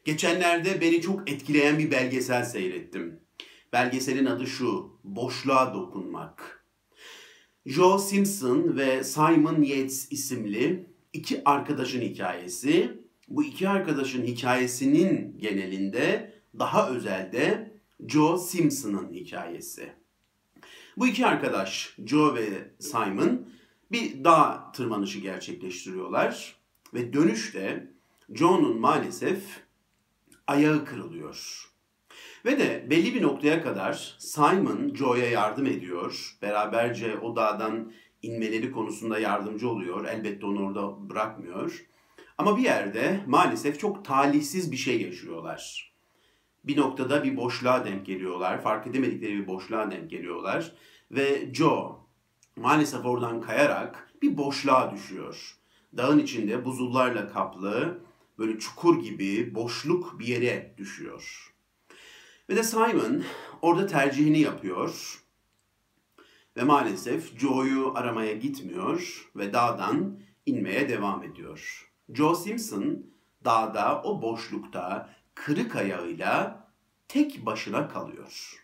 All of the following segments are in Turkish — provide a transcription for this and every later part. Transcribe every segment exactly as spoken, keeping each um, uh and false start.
Geçenlerde beni çok etkileyen bir belgesel seyrettim. Belgeselin adı şu, Boşluğa Dokunmak. Joe Simpson ve Simon Yates isimli iki arkadaşın hikayesi. Bu iki arkadaşın hikayesinin genelinde daha özelde Joe Simpson'ın hikayesi. Bu iki arkadaş Joe ve Simon bir dağ tırmanışı gerçekleştiriyorlar ve dönüşte Joe'nun maalesef ayağı kırılıyor. Ve de belli bir noktaya kadar Simon Joe'ya yardım ediyor. Beraberce o dağdan inmeleri konusunda yardımcı oluyor. Elbette onu orada bırakmıyor. Ama bir yerde maalesef çok talihsiz bir şey yaşıyorlar. Bir noktada bir boşluğa denk geliyorlar. Fark edemedikleri bir boşluğa denk geliyorlar. Ve Joe maalesef oradan kayarak bir boşluğa düşüyor. Dağın içinde buzullarla kaplı, böyle çukur gibi boşluk bir yere düşüyor. Ve de Simon orada tercihini yapıyor. Ve maalesef Joe'yu aramaya gitmiyor ve dağdan inmeye devam ediyor. Joe Simpson dağda, o boşlukta kırık ayağıyla tek başına kalıyor.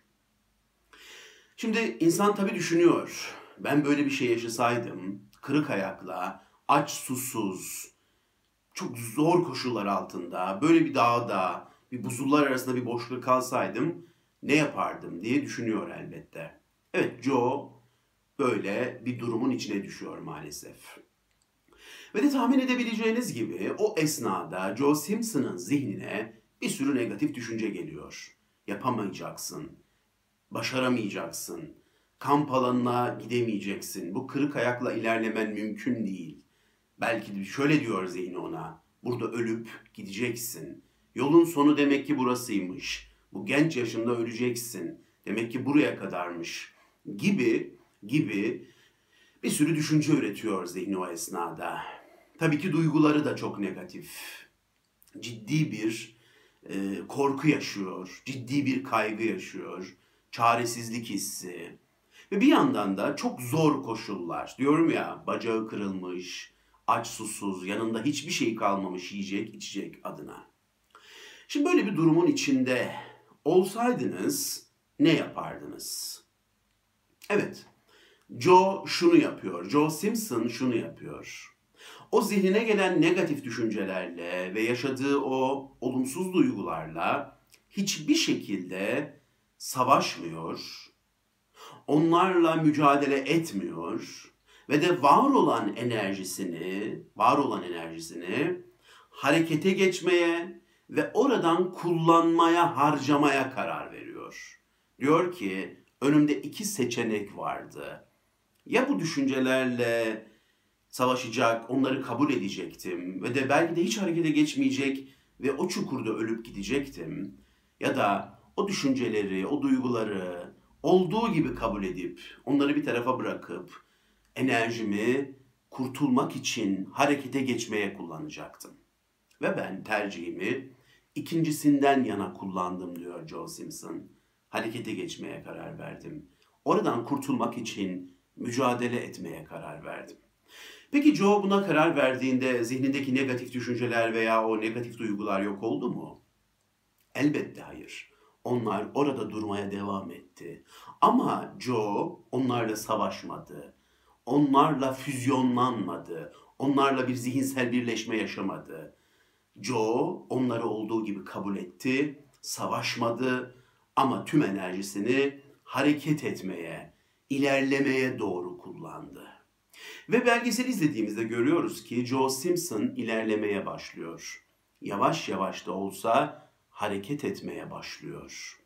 Şimdi insan tabii düşünüyor. Ben böyle bir şey yaşasaydım, kırık ayakla, aç susuz, çok zor koşullar altında, böyle bir dağda, bir buzullar arasında bir boşluk kalsaydım ne yapardım diye düşünüyor elbette. Evet, Joe böyle bir durumun içine düşüyor maalesef. Ve de tahmin edebileceğiniz gibi o esnada Joe Simpson'ın zihnine bir sürü negatif düşünce geliyor. Yapamayacaksın, başaramayacaksın, kamp alanına gidemeyeceksin, bu kırık ayakla ilerlemen mümkün değil. Belki de şöyle diyor zihni ona, burada ölüp gideceksin. Yolun sonu demek ki burasıymış. Bu genç yaşında öleceksin. Demek ki buraya kadarmış. Gibi gibi bir sürü düşünce üretiyor zihni o esnada. Tabii ki duyguları da çok negatif. Ciddi bir e, korku yaşıyor. Ciddi bir kaygı yaşıyor. Çaresizlik hissi. Ve bir yandan da çok zor koşullar. Diyorum ya, bacağı kırılmış, aç susuz, yanında hiçbir şey kalmamış yiyecek içecek adına. Şimdi böyle bir durumun içinde olsaydınız ne yapardınız? Evet, Joe şunu yapıyor, Joe Simpson şunu yapıyor. O zihnine gelen negatif düşüncelerle ve yaşadığı o olumsuz duygularla hiçbir şekilde savaşmıyor, onlarla mücadele etmiyor ve de var olan enerjisini, var olan enerjisini harekete geçmeye ve oradan kullanmaya, harcamaya karar veriyor. Diyor ki, önümde iki seçenek vardı. Ya bu düşüncelerle savaşacak, onları kabul edecektim ve de belki de hiç harekete geçmeyecek ve o çukurda ölüp gidecektim. Ya da o düşünceleri, o duyguları olduğu gibi kabul edip, onları bir tarafa bırakıp enerjimi kurtulmak için harekete geçmeye kullanacaktım. Ve ben tercihimi ikincisinden yana kullandım diyor Joe Simpson. Harekete geçmeye karar verdim. Oradan kurtulmak için mücadele etmeye karar verdim. Peki Joe buna karar verdiğinde zihnindeki negatif düşünceler veya o negatif duygular yok oldu mu? Elbette hayır. Onlar orada durmaya devam etti. Ama Joe onlarla savaşmadı. Onlarla füzyonlanmadı. Onlarla bir zihinsel birleşme yaşamadı. Joe onları olduğu gibi kabul etti, savaşmadı ama tüm enerjisini hareket etmeye, ilerlemeye doğru kullandı. Ve belgeseli izlediğimizde görüyoruz ki Joe Simpson ilerlemeye başlıyor. Yavaş yavaş da olsa hareket etmeye başlıyor.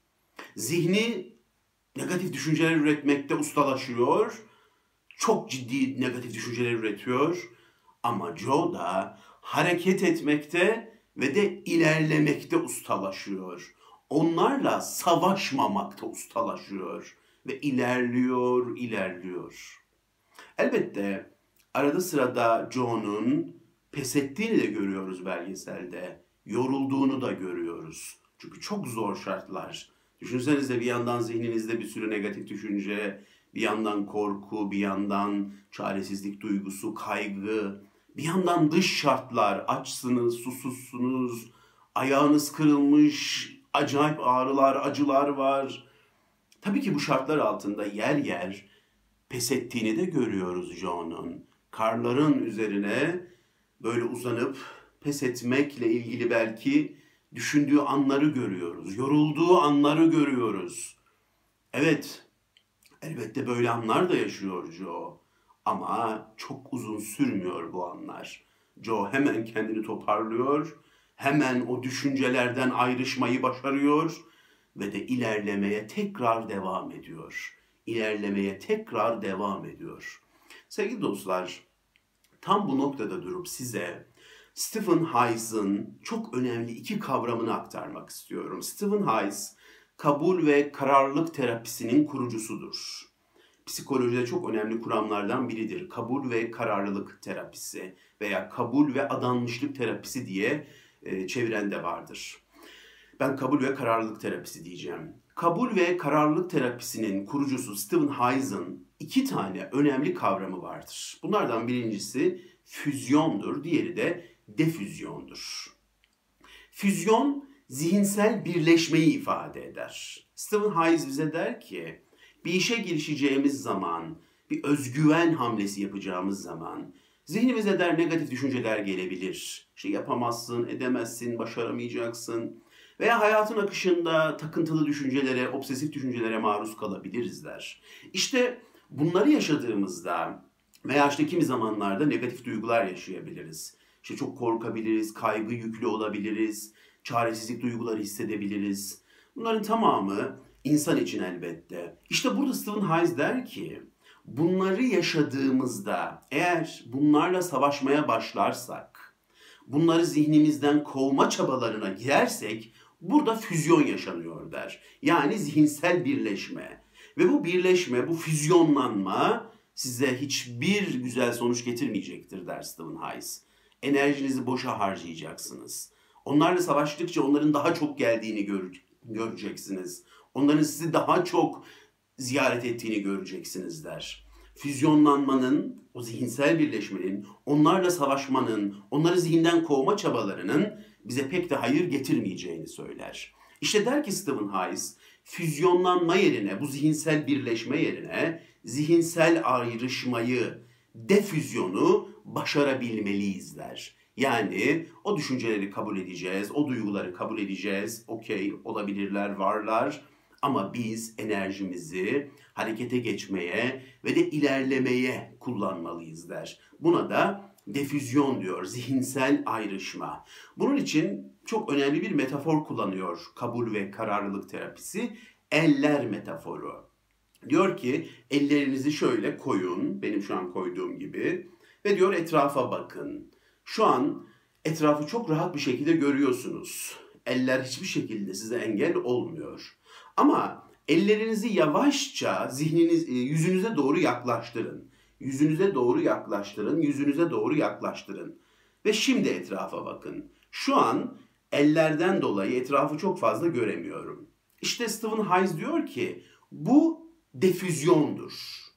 Zihni negatif düşünceler üretmekte ustalaşıyor. Çok ciddi negatif düşünceler üretiyor. Ama Joe da hareket etmekte ve de ilerlemekte ustalaşıyor. Onlarla savaşmamakta ustalaşıyor. Ve ilerliyor, ilerliyor. Elbette arada sırada Joe'nun pes ettiğini de görüyoruz belgeselde. Yorulduğunu da görüyoruz. Çünkü çok zor şartlar. Düşünsenize bir yandan zihninizde bir sürü negatif düşünce, bir yandan korku, bir yandan çaresizlik duygusu, kaygı, bir yandan dış şartlar, açsınız, susuzsunuz, Ayağınız kırılmış, acayip ağrılar, acılar var. Tabii ki bu şartlar altında yer yer pes ettiğini de görüyoruz Joe'nun. Karların üzerine böyle uzanıp pes etmekle ilgili belki düşündüğü anları görüyoruz. Yorulduğu anları görüyoruz. Evet, elbette böyle anlar da yaşıyor Joe. Ama çok uzun sürmüyor bu anlar. Joe hemen kendini toparlıyor. Hemen o düşüncelerden ayrışmayı başarıyor ve de ilerlemeye tekrar devam ediyor. İlerlemeye tekrar devam ediyor. Sevgili dostlar, tam bu noktada durup size Stephen Hayes'ın çok önemli iki kavramını aktarmak istiyorum. Stephen Hayes, kabul ve kararlılık terapisinin kurucusudur. Psikolojide çok önemli kuramlardan biridir. Kabul ve kararlılık terapisi veya kabul ve adanmışlık terapisi diye e, çeviren de vardır. Ben kabul ve kararlılık terapisi diyeceğim. Kabul ve kararlılık terapisinin kurucusu Stephen Hayes'ın iki tane önemli kavramı vardır. Bunlardan birincisi füzyondur, diğeri de defüzyondur. Füzyon zihinsel birleşmeyi ifade eder. Stephen Hayes bize der ki, bir işe girişeceğimiz zaman, bir özgüven hamlesi yapacağımız zaman zihnimize der negatif düşünceler gelebilir. Şey yapamazsın, edemezsin, başaramayacaksın. Veya hayatın akışında takıntılı düşüncelere, obsesif düşüncelere maruz kalabiliriz der. İşte bunları yaşadığımızda veya işte kimi zamanlarda negatif duygular yaşayabiliriz. İşte çok korkabiliriz, kaygı yüklü olabiliriz, çaresizlik duyguları hissedebiliriz. Bunların tamamı insan için elbette. İşte burada Stephen Hayes der ki, bunları yaşadığımızda eğer bunlarla savaşmaya başlarsak, bunları zihnimizden kovma çabalarına girersek, burada füzyon yaşanıyor der. Yani zihinsel birleşme. Ve bu birleşme, bu füzyonlanma size hiçbir güzel sonuç getirmeyecektir der Stephen Hayes. Enerjinizi boşa harcayacaksınız. Onlarla savaştıkça onların daha çok geldiğini gör, göreceksiniz. Onların sizi daha çok ziyaret ettiğini göreceksiniz der. Füzyonlanmanın, o zihinsel birleşmenin, onlarla savaşmanın, onları zihinden kovma çabalarının bize pek de hayır getirmeyeceğini söyler. İşte der ki Stephen Hayes, füzyonlanma yerine, bu zihinsel birleşme yerine zihinsel ayrışmayı, defüzyonu başarabilmeliyiz der. Yani o düşünceleri kabul edeceğiz, o duyguları kabul edeceğiz. Okey, olabilirler, varlar. Ama biz enerjimizi harekete geçmeye ve de ilerlemeye kullanmalıyız der. Buna da defüzyon diyor, zihinsel ayrışma. Bunun için çok önemli bir metafor kullanıyor kabul ve kararlılık terapisi. Eller metaforu. Diyor ki ellerinizi şöyle koyun, benim şu an koyduğum gibi ve diyor etrafa bakın. Şu an etrafı çok rahat bir şekilde görüyorsunuz. Eller hiçbir şekilde size engel olmuyor. Ama ellerinizi yavaşça zihniniz, yüzünüze doğru yaklaştırın. Yüzünüze doğru yaklaştırın, yüzünüze doğru yaklaştırın. Ve şimdi etrafa bakın. Şu an ellerden dolayı etrafı çok fazla göremiyorum. İşte Stephen Hayes diyor ki bu defüzyondur.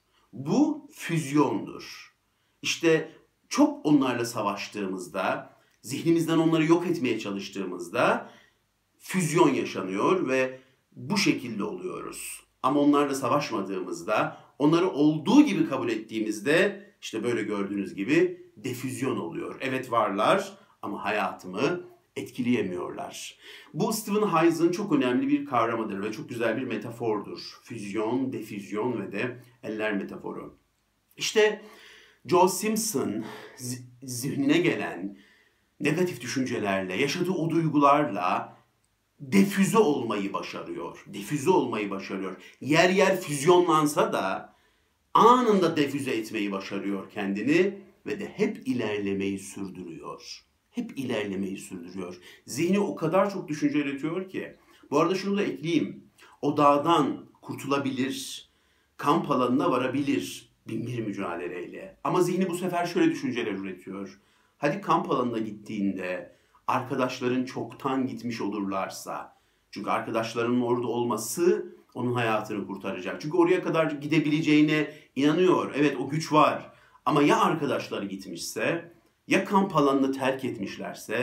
Bu füzyondur. İşte çok onlarla savaştığımızda, zihnimizden onları yok etmeye çalıştığımızda füzyon yaşanıyor ve bu şekilde oluyoruz. Ama onlarla savaşmadığımızda, onları olduğu gibi kabul ettiğimizde işte böyle gördüğünüz gibi defüzyon oluyor. Evet varlar ama hayatımı etkileyemiyorlar. Bu Stephen Hayes'ın çok önemli bir kavramıdır ve çok güzel bir metafordur. Füzyon, defüzyon ve de eller metaforu. İşte Joe Simpson zihnine gelen negatif düşüncelerle, yaşadığı o duygularla defüze olmayı başarıyor. Defüze olmayı başarıyor. Yer yer füzyonlansa da anında defüze etmeyi başarıyor kendini ve de hep ilerlemeyi sürdürüyor. Hep ilerlemeyi sürdürüyor. Zihni o kadar çok düşünce üretiyor ki. Bu arada şunu da ekleyeyim. O dağdan kurtulabilir, kamp alanına varabilir bin bir mücadeleyle. Ama zihni bu sefer şöyle düşünceler üretiyor. Hadi kamp alanına gittiğinde arkadaşların çoktan gitmiş olurlarsa, çünkü arkadaşlarının orada olması onun hayatını kurtaracak. Çünkü oraya kadar gidebileceğine inanıyor. Evet, o güç var. Ama ya arkadaşları gitmişse, ya kamp alanını terk etmişlerse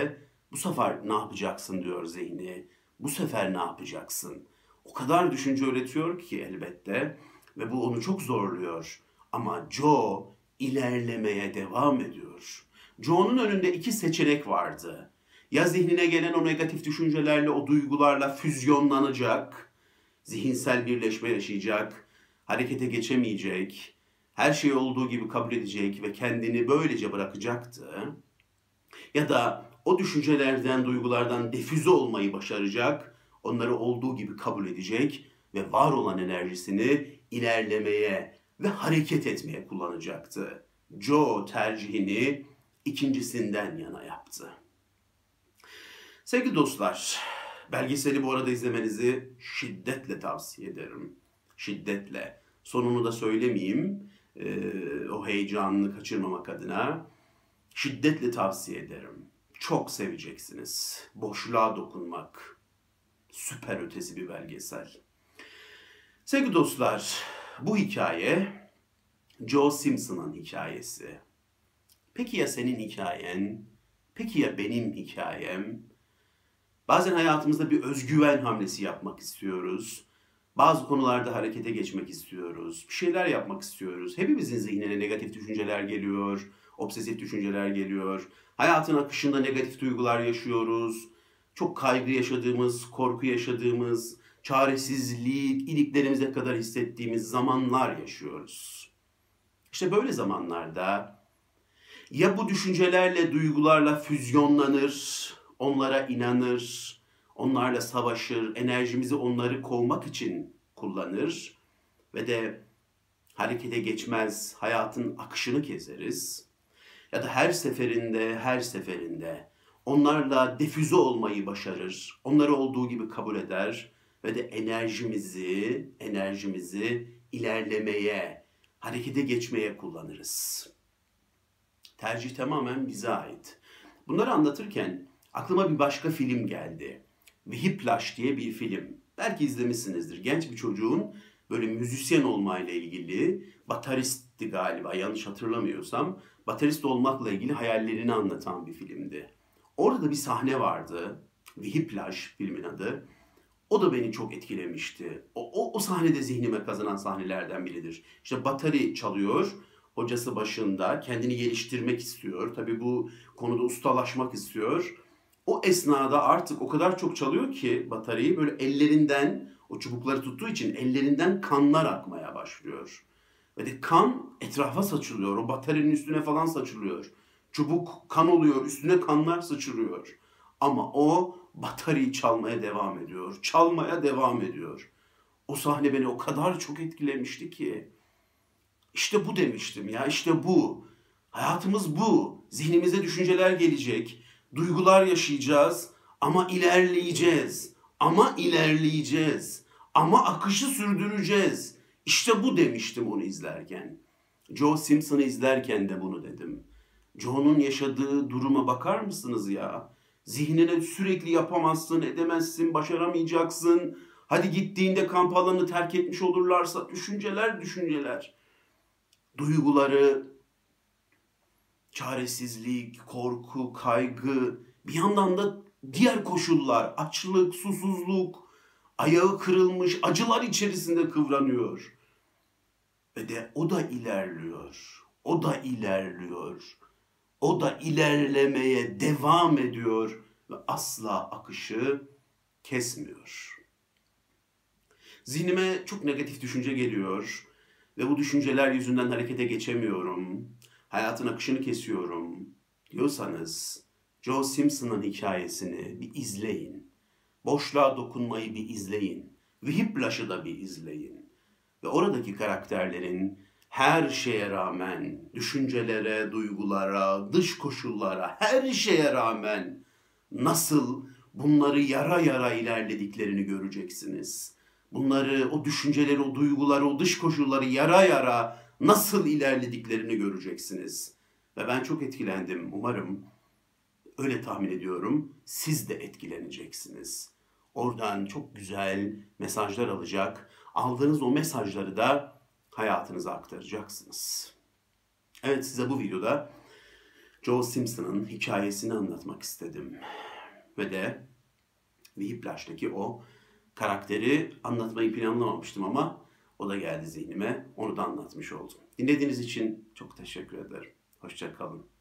Bu sefer ne yapacaksın diyor zihni. Bu sefer ne yapacaksın? O kadar düşünce üretiyor ki elbette ve bu onu çok zorluyor. Ama Joe ilerlemeye devam ediyor. Joe'nun önünde iki seçenek vardı. Ya zihnine gelen o negatif düşüncelerle, o duygularla füzyonlanacak, zihinsel birleşme yaşayacak, harekete geçemeyecek, her şey olduğu gibi kabul edecek ve kendini böylece bırakacaktı. Ya da o düşüncelerden, duygulardan defüze olmayı başaracak, onları olduğu gibi kabul edecek ve var olan enerjisini ilerlemeye ve hareket etmeye kullanacaktı. Joe tercihini ikincisinden yana yaptı. Sevgili dostlar, belgeseli bu arada izlemenizi şiddetle tavsiye ederim. Şiddetle. Sonunu da söylemeyeyim, ee, o heyecanını kaçırmamak adına. Şiddetle tavsiye ederim. Çok seveceksiniz. Boşluğa dokunmak. Süper ötesi bir belgesel. Sevgili dostlar, bu hikaye Joe Simpson'ın hikayesi. Peki ya senin hikayen? Peki ya benim hikayem? Bazen hayatımızda bir özgüven hamlesi yapmak istiyoruz. Bazı konularda harekete geçmek istiyoruz. Bir şeyler yapmak istiyoruz. Hepimizin zihnine negatif düşünceler geliyor. Obsesif düşünceler geliyor. Hayatın akışında negatif duygular yaşıyoruz. Çok kaygı yaşadığımız, korku yaşadığımız, çaresizlik, iliklerimize kadar hissettiğimiz zamanlar yaşıyoruz. İşte böyle zamanlarda ya bu düşüncelerle, duygularla füzyonlanır, onlara inanır, onlarla savaşır, enerjimizi onları kovmak için kullanır ve de harekete geçmez, hayatın akışını keseriz. Ya da her seferinde, her seferinde onlarla defüze olmayı başarır, onları olduğu gibi kabul eder ve de enerjimizi, enerjimizi ilerlemeye, harekete geçmeye kullanırız. Tercih tamamen bize ait. Bunları anlatırken aklıma bir başka film geldi. Whiplash diye bir film. Belki izlemişsinizdir. Genç bir çocuğun böyle müzisyen olmayla ilgili, bataristti galiba yanlış hatırlamıyorsam, baterist olmakla ilgili hayallerini anlatan bir filmdi. Orada da bir sahne vardı. Whiplash filmin adı. O da beni çok etkilemişti. O, o, o sahnede zihnime kazanan sahnelerden biridir. İşte bateri çalıyor, hocası başında, kendini geliştirmek istiyor. Tabii bu konuda ustalaşmak istiyor. O esnada artık o kadar çok çalıyor ki bataryayı böyle ellerinden, o çubukları tuttuğu için ellerinden kanlar akmaya başlıyor. Ve de kan etrafa saçılıyor, o bataryanın üstüne falan saçılıyor. Çubuk kan oluyor, üstüne kanlar sıçrıyor. Ama o bataryayı çalmaya devam ediyor, çalmaya devam ediyor. O sahne beni o kadar çok etkilemişti ki. İşte bu demiştim ya, işte bu. Hayatımız bu. Zihnimize düşünceler gelecek, duygular yaşayacağız ama ilerleyeceğiz. Ama ilerleyeceğiz. Ama akışı sürdüreceğiz. İşte bu demiştim onu izlerken. Joe Simpson'ı izlerken de bunu dedim. Joe'nun yaşadığı duruma bakar mısınız ya? Zihnine sürekli yapamazsın, edemezsin, başaramayacaksın. Hadi gittiğinde kamp alanını terk etmiş olurlarsa düşünceler düşünceler. Duyguları, çaresizlik, korku, kaygı, bir yandan da diğer koşullar, açlık, susuzluk, ayağı kırılmış, acılar içerisinde kıvranıyor. Ve de o da ilerliyor, o da ilerliyor, o da ilerlemeye devam ediyor ve asla akışı kesmiyor. Zihnime çok negatif düşünce geliyor ve bu düşünceler yüzünden harekete geçemiyorum. Hayatın akışını kesiyorum diyorsanız Joe Simpson'ın hikayesini bir izleyin. Boşluğa dokunmayı bir izleyin. Whiplash'ı da bir izleyin. Ve oradaki karakterlerin her şeye rağmen, düşüncelere, duygulara, dış koşullara, her şeye rağmen nasıl bunları yara yara ilerlediklerini göreceksiniz. Bunları, o düşünceleri, o duyguları, o dış koşulları yara yara nasıl ilerlediklerini göreceksiniz. Ve ben çok etkilendim. Umarım, öyle tahmin ediyorum, siz de etkileneceksiniz. Oradan çok güzel mesajlar alacak, aldığınız o mesajları da hayatınıza aktaracaksınız. Evet, size bu videoda Joe Simpson'ın hikayesini anlatmak istedim. ve de Whiplash'taki o karakteri anlatmayı planlamamıştım ama o da geldi zihnime. Onu da anlatmış oldum. Dinlediğiniz için çok teşekkür ederim. Hoşça kalın.